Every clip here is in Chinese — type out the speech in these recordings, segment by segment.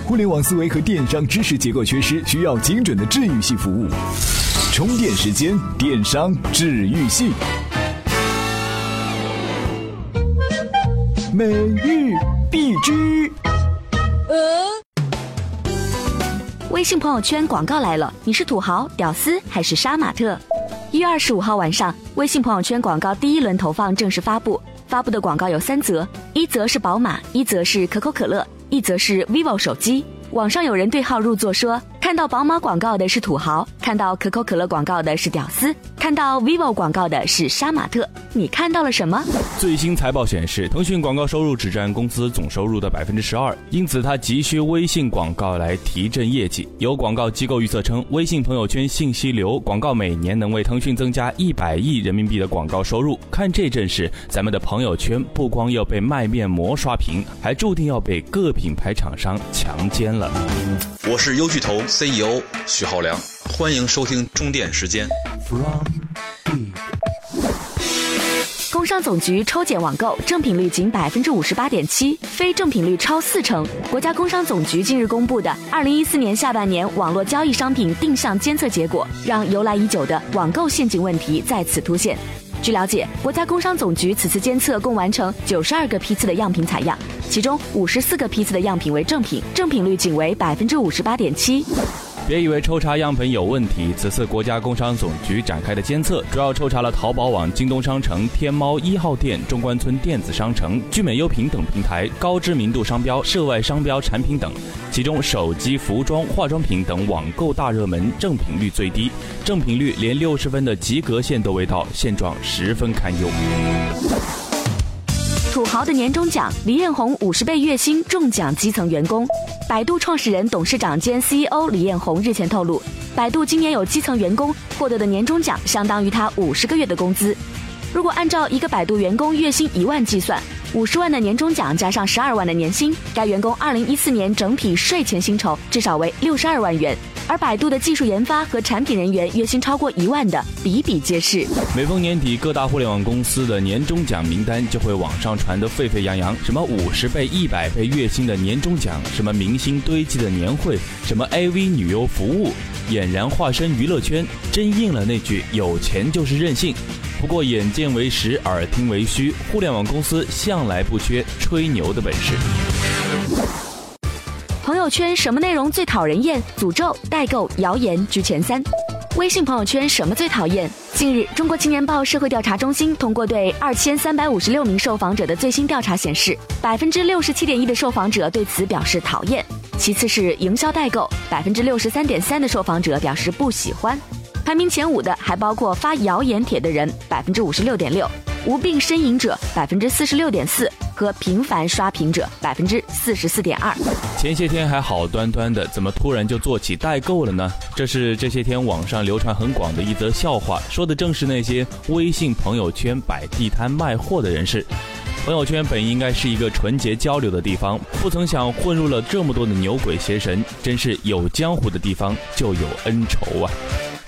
互联网思维和电商知识结构缺失，需要精准的治愈系服务。充电时间，电商治愈系。每日必知。 微信朋友圈广告来了，你是土豪、屌丝还是杀马特？1月25号晚上，微信朋友圈广告第一轮投放正式发布的广告有3则，一则是宝马，一则是可口可乐，一则是 vivo 手机。网上有人对号入座说，看到宝马广告的是土豪，看到可口可乐广告的是屌丝，看到 vivo 广告的是杀马特。你看到了什么？ 最新财报显示，腾讯广告收入只占公司总收入的12%，因此它急需微信广告来提振业绩。有广告机构预测称，微信朋友圈信息流广告每年能为腾讯增加100亿人民币的广告收入。看这阵势，咱们的朋友圈不光要被卖面膜刷屏，还注定要被各品牌厂商强奸了。 我是优巨头 CEO 许浩良，欢迎收听充电时间。 工商总局抽检网购正品率仅 58.7%， 非正品率超40%。国家工商总局近日公布的2014年下半年网络交易商品定向监测结果，让由来已久的网购陷阱问题再次凸显。据了解，国家工商总局此次监测共完成92个批次的样品采样，其中54个批次的样品为正品，正品率仅为 58.7%。 别以为抽查样本有问题，此次国家工商总局展开的监测主要抽查了淘宝网、京东商城、天猫1号店、中关村电子商城、聚美优品等平台高知名度商标、涉外商标产品等，其中手机、服装、化妆品等网购大热门正品率最低，正品率连60分的及格线都未到，现状十分堪忧。 土豪的年终奖，李彦宏50倍月薪中奖基层员工。百度创始人、董事长兼 CEO 李彦宏日前透露，百度今年有基层员工获得的年终奖相当于他50个月的工资。如果按照一个百度员工月薪1万计算，50万的年终奖加上12万的年薪，该员工2014年整体税前薪酬至少为62万元。而百度的技术研发和产品人员月薪超过1万的比比皆是。 每逢年底，各大互联网公司的年终奖名单就会网上传得沸沸扬扬，什么50倍、100倍月薪的年终奖，什么明星堆积的年会，什么 AV 女优服务，俨然化身娱乐圈，真应了那句有钱就是任性。不过眼见为实，耳听为虚，互联网公司向来不缺吹牛的本事。 朋友圈什么内容最讨人厌？诅咒、代购、谣言居前3。微信朋友圈什么最讨厌？近日，中国青年报社会调查中心通过对2356名受访者的最新调查显示，67.1%的受访者对此表示讨厌，其次是营销代购，63.3%的受访者表示不喜欢。排名前5的还包括发谣言帖的人56.6%，无病呻吟者46.4%和频繁刷屏者44.2%。 前些天还好端端的，怎么突然就做起代购了呢？这是这些天网上流传很广的一则笑话，说的正是那些微信朋友圈摆地摊卖货的人士。朋友圈本应该是一个纯洁交流的地方，不曾想混入了这么多的牛鬼邪神，真是有江湖的地方就有恩仇啊。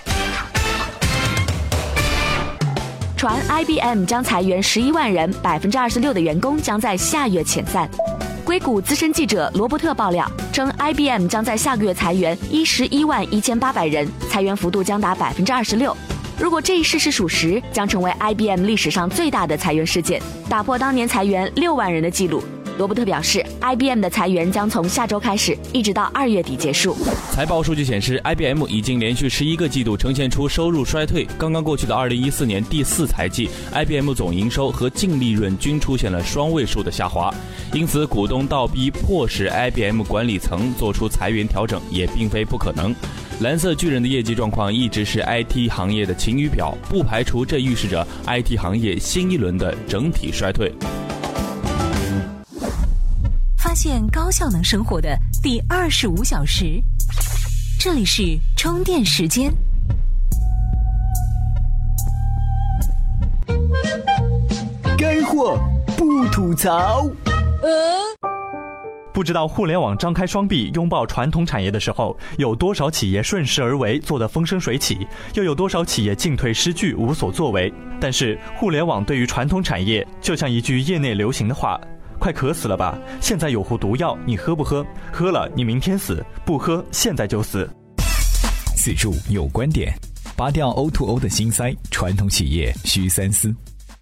传 IBM 将裁员11万人，26%的员工将在下月遣散。硅谷资深记者罗伯特爆料称 ，IBM 将在下个月裁员11万1800人，裁员幅度将达26%。如果这一事实属实，将成为 IBM 历史上最大的裁员事件，打破当年裁员6万人的记录。罗伯特表示 ，IBM 的裁员将从下周开始，一直到2月底结束。 财报数据显示 ，IBM 已经连续11个季度呈现出收入衰退。刚刚过去的2014年第4财季 ，IBM 总营收和净利润均出现了双位数的下滑。因此，股东倒逼迫使 IBM 管理层做出裁员调整，也并非不可能。蓝色巨人的业绩状况一直是 IT 行业的晴雨表，不排除这预示着 IT 行业新一轮的整体衰退。 发现高效能生活的第25小时，这里是充电时间。 干货不吐槽。 不知道互联网张开双臂拥抱传统产业的时候，有多少企业顺势而为，做得风生水起，又有多少企业进退失据，无所作为。但是互联网对于传统产业就像一句业内流行的话， 快渴死了吧？现在有壶毒药，你喝不喝？喝了你明天死，不喝现在就死。 此处有观点，拔掉 O2O 的心塞，传统企业需三思。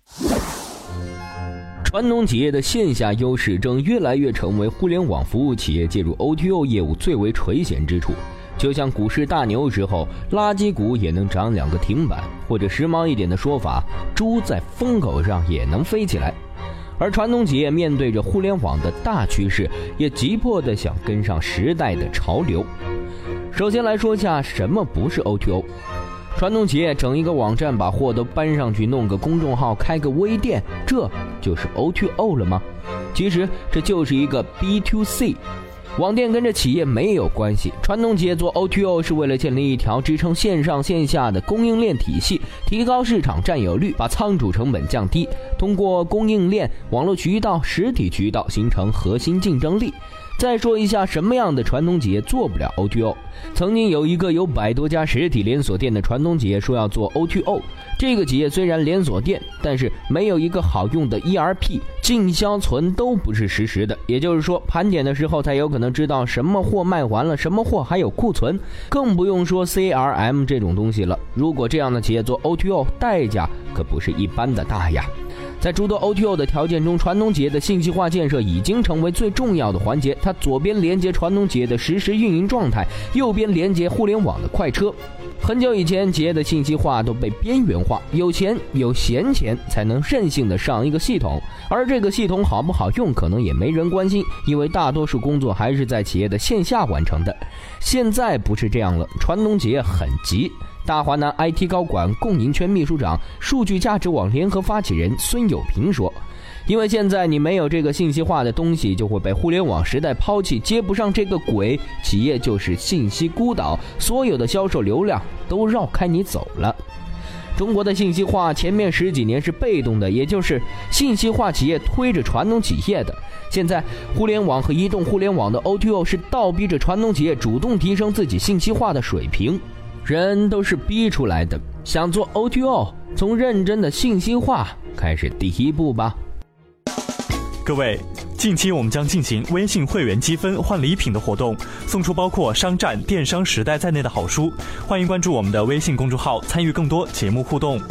传统企业的线下优势正越来越成为互联网服务企业介入 O2O 业务最为垂涎之处。就像股市大牛时候，垃圾股也能涨2个停板，或者时髦一点的说法，猪在风口上也能飞起来。而传统企业面对着互联网的大趋势，也急迫地想跟上时代的潮流。首先来说下什么不是 O2O。传统企业整一个网站，把货都搬上去，弄个公众号，开个微店，这就是 O2O 了吗？其实这就是一个 B2C。网店跟着企业没有关系，传统企业做 O2O 是为了建立一条支撑线上线下的供应链体系，提高市场占有率，把仓储成本降低，通过供应链、网络渠道、实体渠道形成核心竞争力。再说一下什么样的传统企业做不了 O2O。 曾经有一个有100多家实体连锁店的传统企业说要做 O2O， 这个企业虽然连锁店，但是没有一个好用的 ERP， 进销存都不是实时的，也就是说盘点的时候才有可能知道什么货卖完了，什么货还有库存，更不用说 CRM 这种东西了。如果这样的企业做 O2O， 代价可不是一般的大呀。在诸多 O2O 的条件中，传统企业的信息化建设已经成为最重要的环节。它左边连接传统企业的实时运营状态，右边连接互联网的快车。很久以前，企业的信息化都被边缘化，有钱有闲钱才能任性的上一个系统，而这个系统好不好用，可能也没人关心，因为大多数工作还是在企业的线下完成的。现在不是这样了，传统企业很急。大华南 IT 高管、共赢圈秘书长、数据价值网联合发起人孙友平说，因为现在你没有这个信息化的东西，就会被互联网时代抛弃，接不上这个轨，企业就是信息孤岛，所有的销售流量都绕开你走了。中国的信息化前面10几年是被动的，也就是信息化企业推着传统企业的。现在互联网和移动互联网的 O2O 是倒逼着传统企业主动提升自己信息化的水平。人都是逼出来的，想做 O2O， 从认真的信息化开始第一步吧。 各位，近期我们将进行微信会员积分换礼品的活动，送出包括商战、电商时代在内的好书，欢迎关注我们的微信公众号，参与更多节目互动。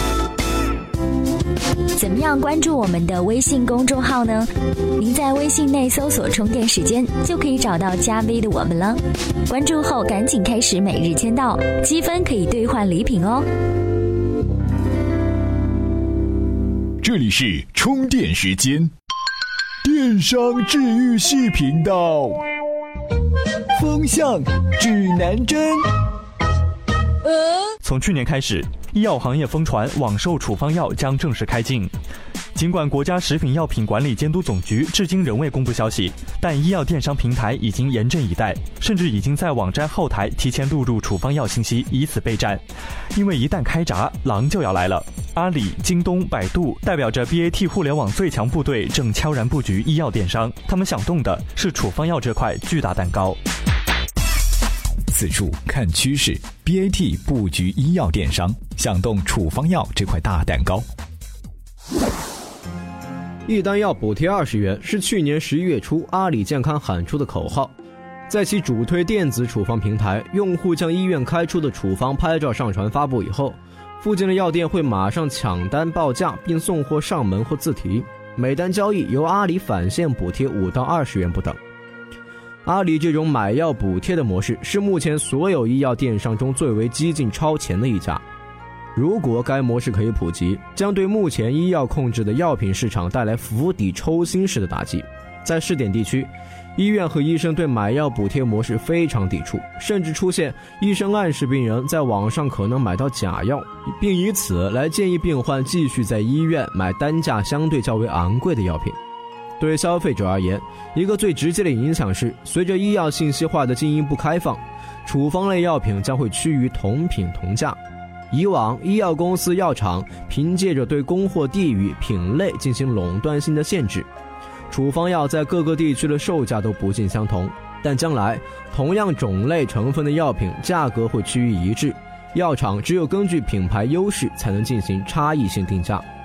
怎么样关注我们的微信公众号呢？您在微信内搜索充电时间，就可以找到加 V 的我们了。关注后赶紧开始每日签到，积分可以兑换礼品哦。 这里是充电时间，电商治愈系频道，风向指南针。 从去年开始，医药行业疯传网售处方药将正式开禁。尽管国家食品药品管理监督总局至今仍未公布消息，但医药电商平台已经严阵以待，甚至已经在网站后台提前录入处方药信息，以此备战。因为一旦开闸，狼就要来了。阿里、京东、百度代表着 BAT 互联网最强部队，正悄然布局医药电商。他们想动的是处方药这块巨大蛋糕。 此处看趋势 ，BAT 布局医药电商，想动处方药这块大蛋糕。 一单药补贴20元是去年11月初阿里健康喊出的口号。在其主推电子处方平台，用户将医院开出的处方拍照上传发布以后，附近的药店会马上抢单报价并送货上门或自提，每单交易由阿里返现补贴5到20元不等。阿里这种买药补贴的模式是目前所有医药电商中最为激进超前的一家。如果该模式可以普及，将对目前医药控制的药品市场带来釜底抽薪式的打击。在试点地区，医院和医生对买药补贴模式非常抵触，甚至出现医生暗示病人在网上可能买到假药，并以此来建议病患继续在医院买单价相对较为昂贵的药品。对消费者而言，一个最直接的影响是，随着医药信息化的进一步开放，处方类药品将会趋于同品同价。以往医药公司药厂凭借着对供货地域品类进行垄断性的限制，处方药在各个地区的售价都不尽相同，但将来同样种类成分的药品价格会趋于一致，药厂只有根据品牌优势才能进行差异性定价。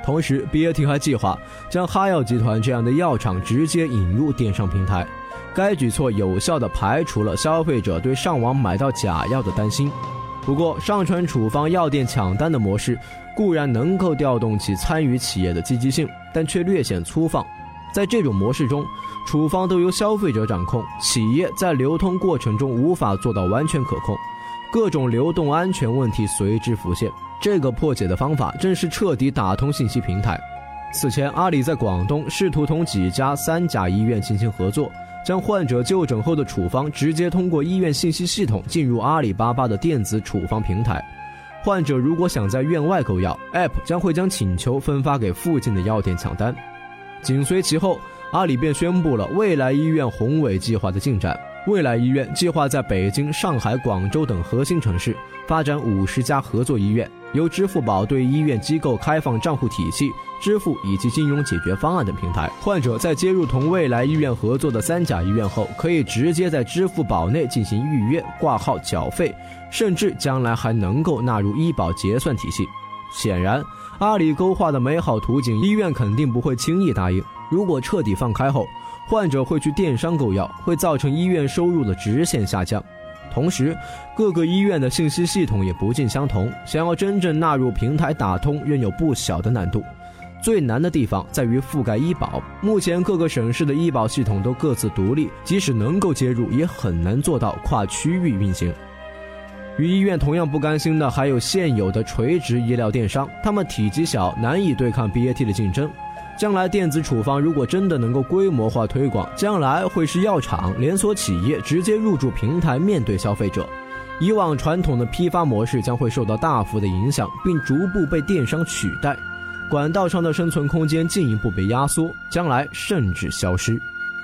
同时 BAT 还计划将哈药集团这样的药厂直接引入电商平台，该举措有效地排除了消费者对上网买到假药的担心。不过上传处方药店抢单的模式固然能够调动起参与企业的积极性，但却略显粗放。在这种模式中，处方都由消费者掌控，企业在流通过程中无法做到完全可控，各种流动安全问题随之浮现。这个破解的方法正是彻底打通信息平台。此前阿里在广东试图同几家3甲医院进行合作，将患者就诊后的处方直接通过医院信息系统进入阿里巴巴的电子处方平台。患者如果想在院外购药， App 将会将请求分发给附近的药店抢单。紧随其后，阿里便宣布了未来医院宏伟计划的进展。未来医院计划在北京、上海、广州等核心城市发展50家合作医院，由支付宝对医院机构开放账户体系、支付以及金融解决方案等平台。患者在接入同未来医院合作的3甲医院后，可以直接在支付宝内进行预约、挂号、缴费，甚至将来还能够纳入医保结算体系。显然，阿里勾画的美好图景，医院肯定不会轻易答应。如果彻底放开后，患者会去电商购药，会造成医院收入的直线下降。同时，各个医院的信息系统也不尽相同，想要真正纳入平台打通，仍有不小的难度。最难的地方在于覆盖医保，目前各个省市的医保系统都各自独立，即使能够接入，也很难做到跨区域运行。与医院同样不甘心的还有现有的垂直医疗电商，他们体积小，难以对抗 BAT 的竞争。将来电子处方如果真的能够规模化推广，将来会是药厂、连锁企业直接入驻平台面对消费者。以往传统的批发模式将会受到大幅的影响，并逐步被电商取代，管道上的生存空间进一步被压缩，将来甚至消失。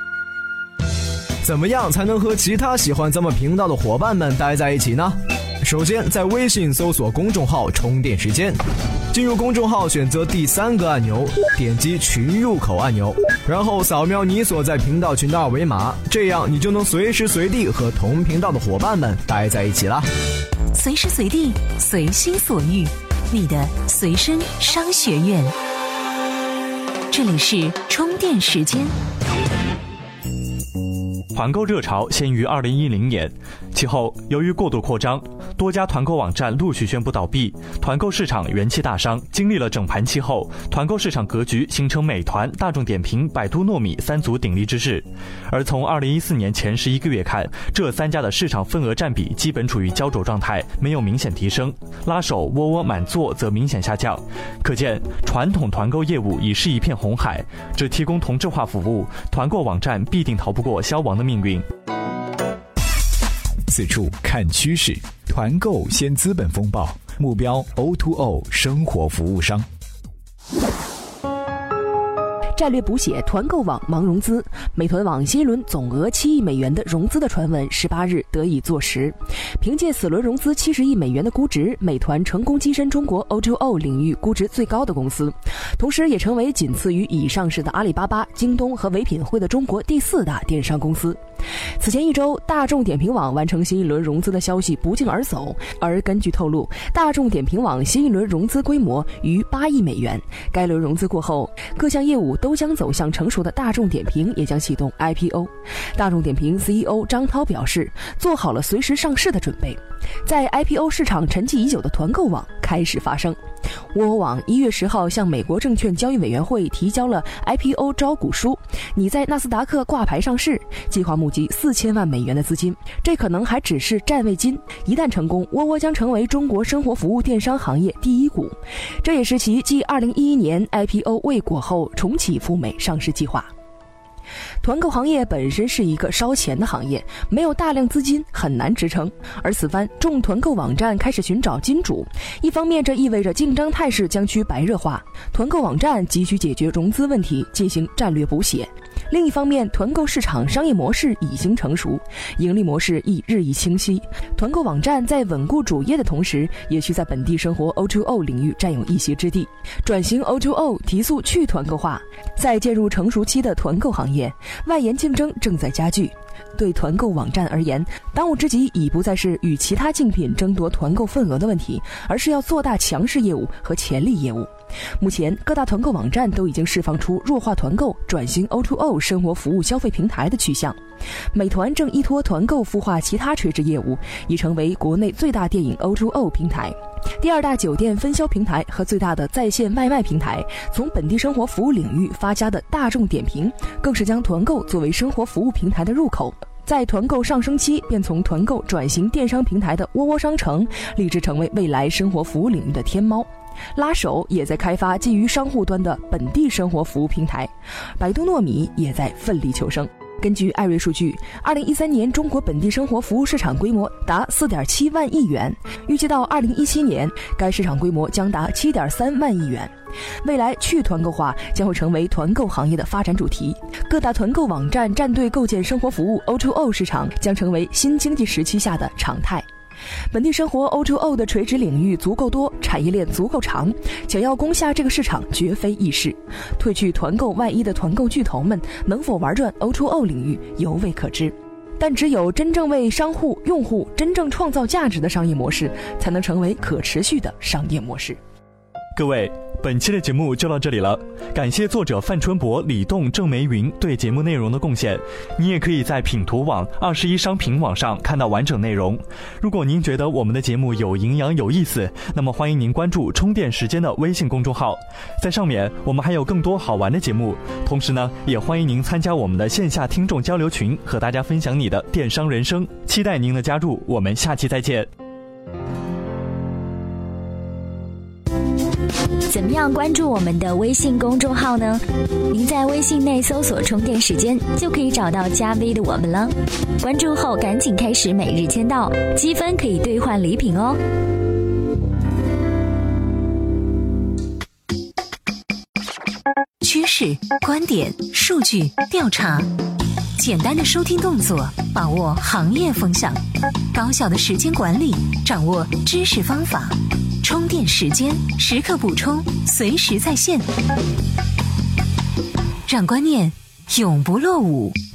怎么样才能和其他喜欢咱们频道的伙伴们待在一起呢？首先在微信搜索公众号充电时间，进入公众号选择第3个按钮，点击群入口按钮，然后扫描你所在频道群的2维码，这样你就能随时随地和同频道的伙伴们待在一起啦。 随时随地，随心所欲，你的随身商学院。这里是充电时间。 团购热潮先于2010年，其后由于过度扩张，多家团购网站陆续宣布倒闭，团购市场元气大伤。经历了整盘期后，团购市场格局形成美团、大众点评、百度糯米3足鼎立之势。而从2014年前11个月看，这3家的市场份额占比基本处于焦灼状态，没有明显提升，拉手窝窝满座则明显下降。可见传统团购业务已是一片红海，只提供同质化服务，团购网站必定逃不过消亡的命运。 此处看趋势，团购先资本风暴，目标 O2O 生活服务商。 战略补血，团购网忙融资。美团网新一轮总额7亿美元的融资的传闻18日得以坐实。凭借此轮融资70亿美元的估值，美团成功跻身中国 O2O 领域估值最高的公司，同时也成为仅次于已上市的阿里巴巴、京东和唯品会的中国第4大电商公司。此前一周，大众点评网完成新一轮融资的消息不胫而走，而根据透露，大众点评网新一轮融资规模逾8亿美元。该轮融资过后，各项业务都将走向成熟的大众点评也将启动 IPO。大众点评 CEO 张涛表示，做好了随时上市的准备。在 IPO 市场沉寂已久的团购网开始发声。窝窝网1月10号向美国证券交易委员会提交了 IPO 招股书，拟在纳斯达克挂牌上市，计划募集4000万美元的资金，这可能还只是占位金，一旦成功，窝窝将成为中国生活服务电商行业第1股，这也是其继2011年 IPO 未果后重启赴美上市计划。团购行业本身是一个烧钱的行业，没有大量资金很难支撑，而此番众团购网站开始寻找金主，一方面这意味着竞争态势将趋白热化，团购网站急需解决融资问题，进行战略补血；另一方面，团购市场商业模式已经成熟，盈利模式亦日益清晰，团购网站在稳固主业的同时，也需在本地生活 O2O 领域占有一席之地，转型 O2O， 提速去团购化。在渐入成熟期的团购行业，外延竞争正在加剧。对团购网站而言，当务之急已不再是与其他竞品争夺团购份额的问题，而是要做大强势业务和潜力业务。 目前各大团购网站都已经释放出弱化团购、转型 O2O 生活服务消费平台的趋向。美团正依托团购孵化其他垂直业务，已成为国内最大电影 O2O 平台、第二大酒店分销平台和最大的在线外卖平台。从本地生活服务领域发家的大众点评，更是将团购作为生活服务平台的入口。在团购上升期便从团购转型电商平台的窝窝商城，立志成为未来生活服务领域的天猫。拉手也在开发基于商户端的本地生活服务平台，百度糯米也在奋力求生。根据艾瑞数据，2013年中国本地生活服务市场规模达4.7万亿元，预计到2017年，该市场规模将达7.3万亿元。未来去团购化将会成为团购行业的发展主题，各大团购网站站队构建生活服务 O2O 市场将成为新经济时期下的常态。本地生活 O2O 的垂直领域足够多，产业链足够长，想要攻下这个市场绝非易事。褪去团购外衣的团购巨头们能否玩转 O2O 领域犹未可知，但只有真正为商户、用户真正创造价值的商业模式，才能成为可持续的商业模式。 各位，本期的节目就到这里了，感谢作者范春博、李栋、郑梅云对节目内容的贡献。你也可以在品图网、21商品网上看到完整内容。如果您觉得我们的节目有营养、有意思，那么欢迎您关注充电时间的微信公众号，在上面我们还有更多好玩的节目。同时呢，也欢迎您参加我们的线下听众交流群，和大家分享你的电商人生。期待您的加入，我们下期再见。 怎么样关注我们的微信公众号呢？您在微信内搜索充电时间，就可以找到加 V 的我们了。关注后赶紧开始每日签到，积分可以兑换礼品哦。 趋势、观点、数据、调查，简单的收听动作，把握行业风向，高效的时间管理，掌握知识方法。充电时间，时刻补充，随时在线，让观念永不落伍。